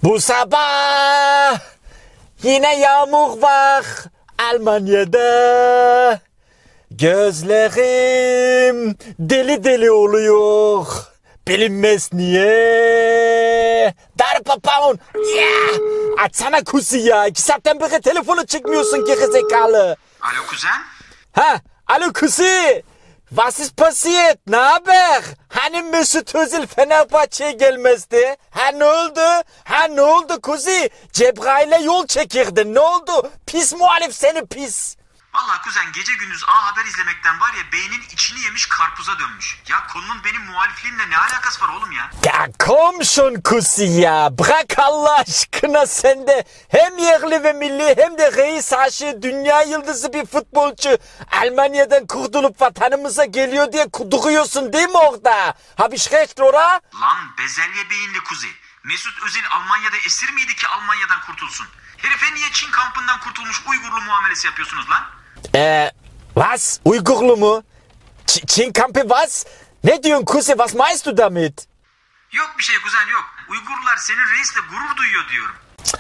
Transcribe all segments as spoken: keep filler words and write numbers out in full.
Bu sabah yine yağmur var Almanya'da. Gözlerim deli deli oluyor. Bilinmez niye. Dar papağan. Yeah. Açsana kuzi ya. İki saatten beri telefonu çıkmıyorsun gerizekalı. Alo kuzen? Ha, alo kuzi. Was ist passiert? Ne haber? Hani Mesut Özil Fenerbahçe'ye gelmezdi? Ha ne oldu? Ha ne oldu kuzi? Cebrail'e yol çekirdin. Ne oldu? Pis muhalif seni pis. Vallahi kuzen gece gündüz A Haber izlemekten var ya beynin içini yemiş karpuza dönmüş. Ya konunun benim muhalifliğimle ne alakası var oğlum ya? Ya komşun kuzi ya. Bırak Allah aşkına sen de hem yerli ve milli hem de reis aşığı dünya yıldızı bir futbolcu Almanya'dan kurtulup vatanımıza geliyor diye kuduruyorsun değil mi orada? Hab ich recht ora? Lan bezelye beyinli kuzi. Mesut Özil Almanya'da esir miydi ki Almanya'dan kurtulsun? Herife niye Çin kampından kurtulmuş Uygurlu muamelesi yapıyorsunuz lan? Eee was? Uygurlu mu? Ç- Çin kampı was? Ne diyorsun kuzi? Was meinst du damit? Yok bir şey kuzen yok. Uygurlar senin reisle gurur duyuyor diyorum.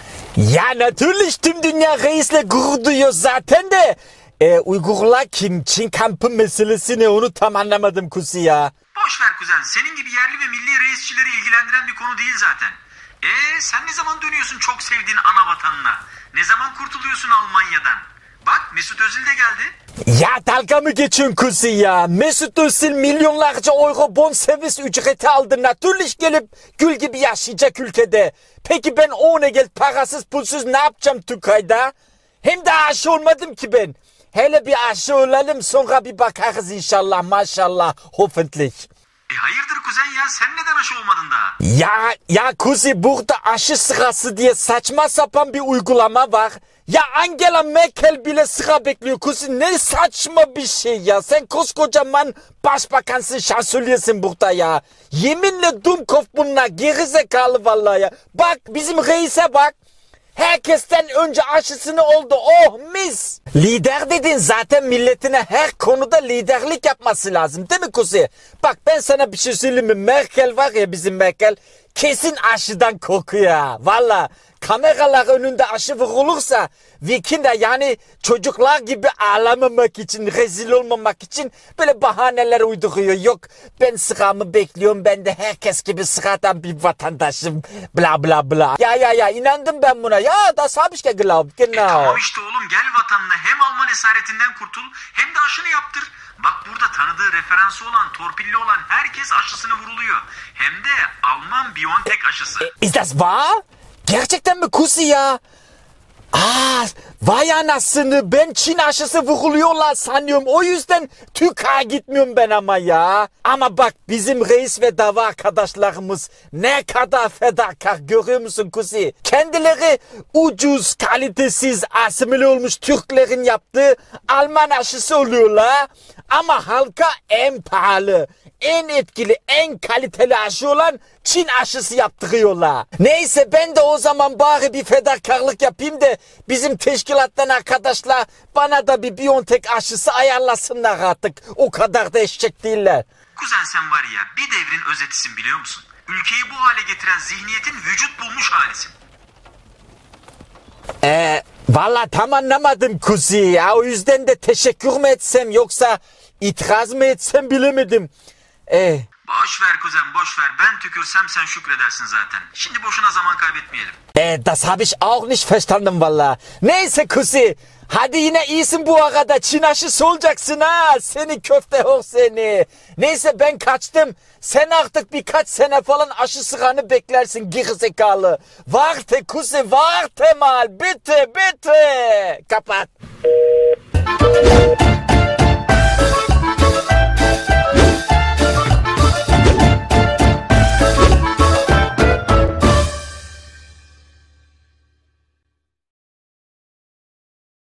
Ya natürlich tüm dünya reisle gurur duyuyor zaten de. Ee, Uygurlar kim? Çin kampı meselesi ne? Onu tam anlamadım kuzi ya. Boş ver kuzen. Senin gibi yerli ve milli reisçileri ilgilendiren bir konu değil zaten. Eee sen ne zaman dönüyorsun çok sevdiğin ana vatanına? Ne zaman kurtuluyorsun Almanya'dan? Bak Mesut Özil de geldi. Ya dalga mı geçiyorsun kuzi ya? Mesut Özil milyonlarca euro bonservis ücreti aldı. Natürlich gelip gül gibi yaşayacak ülkede. Peki ben ona gel parasız pulsuz ne yapacağım Türkiye'de? Hem de aşı olmadım ki ben. Hele bir aşı olalım sonra bir bakarız inşallah maşallah hoffentlich. E hayırdır kuzen ya sen neden aşı olmadın daha? Ya ya kuzi burada aşı sırası diye saçma sapan bir uygulama var. Ya Angela Merkel bile sıra bekliyor kuzi. Ne saçma bir şey ya. Sen koskocaman başbakansın, şansölyesin burada ya. Yeminle Dumkopf bunlar gerizekalı vallahi ya. Bak bizim reise bak. Herkesten önce aşısını oldu. Oh mis. Lider dedin zaten milletine her konuda liderlik yapması lazım değil mi kuzi? Bak ben sana bir şey söyleyeyim mi? Merkel var ya bizim Merkel. Kesin aşıdan korkuyor. Valla kameralar önünde aşı vurulursa Vikinger yani çocuklar gibi ağlamamak için, rezil olmamak için böyle bahaneler uyduruyor. Yok ben sıramı bekliyorum, ben de herkes gibi sıradan bir vatandaşım bla bla bla. Ya ya ya inandım ben buna. Ya das hab ich geglaubt genau. E tamam işte oğlum gel vatanına hem Alman esaretinden kurtul hem de aşını yaptır. Bak burada tanıdığı referansı olan, torpilli olan herkes aşısını vuruluyor. Hem de Alman BioNTech aşısı. E, ist das wahr? Gerçekten mi kuzi ya? Aa, vay anasını ben Çin aşısı vuruluyorlar sanıyorum. O yüzden Türkiye'ye gitmiyorum ben ama ya. Ama bak bizim reis ve dava arkadaşlarımız ne kadar fedakar görüyor musun kuzi? Kendileri ucuz, kalitesiz, asimile olmuş Türklerin yaptığı Alman aşısı oluyorlar. Ama halka en pahalı, en etkili, en kaliteli aşı olan Çin aşısı yaptırıyorlar. Neyse ben de o zaman bari bir fedakarlık yapayım da bizim teşkilattan arkadaşlar bana da bir BioNTech aşısı ayarlasınlar artık. O kadar da eşek değiller. Kuzen sen var ya bir devrin özetisin biliyor musun? Ülkeyi bu hale getiren zihniyetin vücut bulmuş halisin. Eee valla tam anlamadım kuzi ya. O yüzden de teşekkür mü etsem yoksa itiraz mı etsem bilemedim. Eee. Boş ver kuzen boş ver. Ben tükürsem sen şükredersin zaten. Şimdi boşuna zaman kaybetmeyelim. Äh, das habe ich auch nicht verstanden valla. Neyse kuzi. Hadi yine iyisin bu arada. Çin aşısı olacaksın ha. Seni köfte hoş seni. Neyse ben kaçtım. Sen artık birkaç sene falan aşı sıranı beklersin gerizekalı. Warte kuzi warte mal. Bitte bitte. Kapat.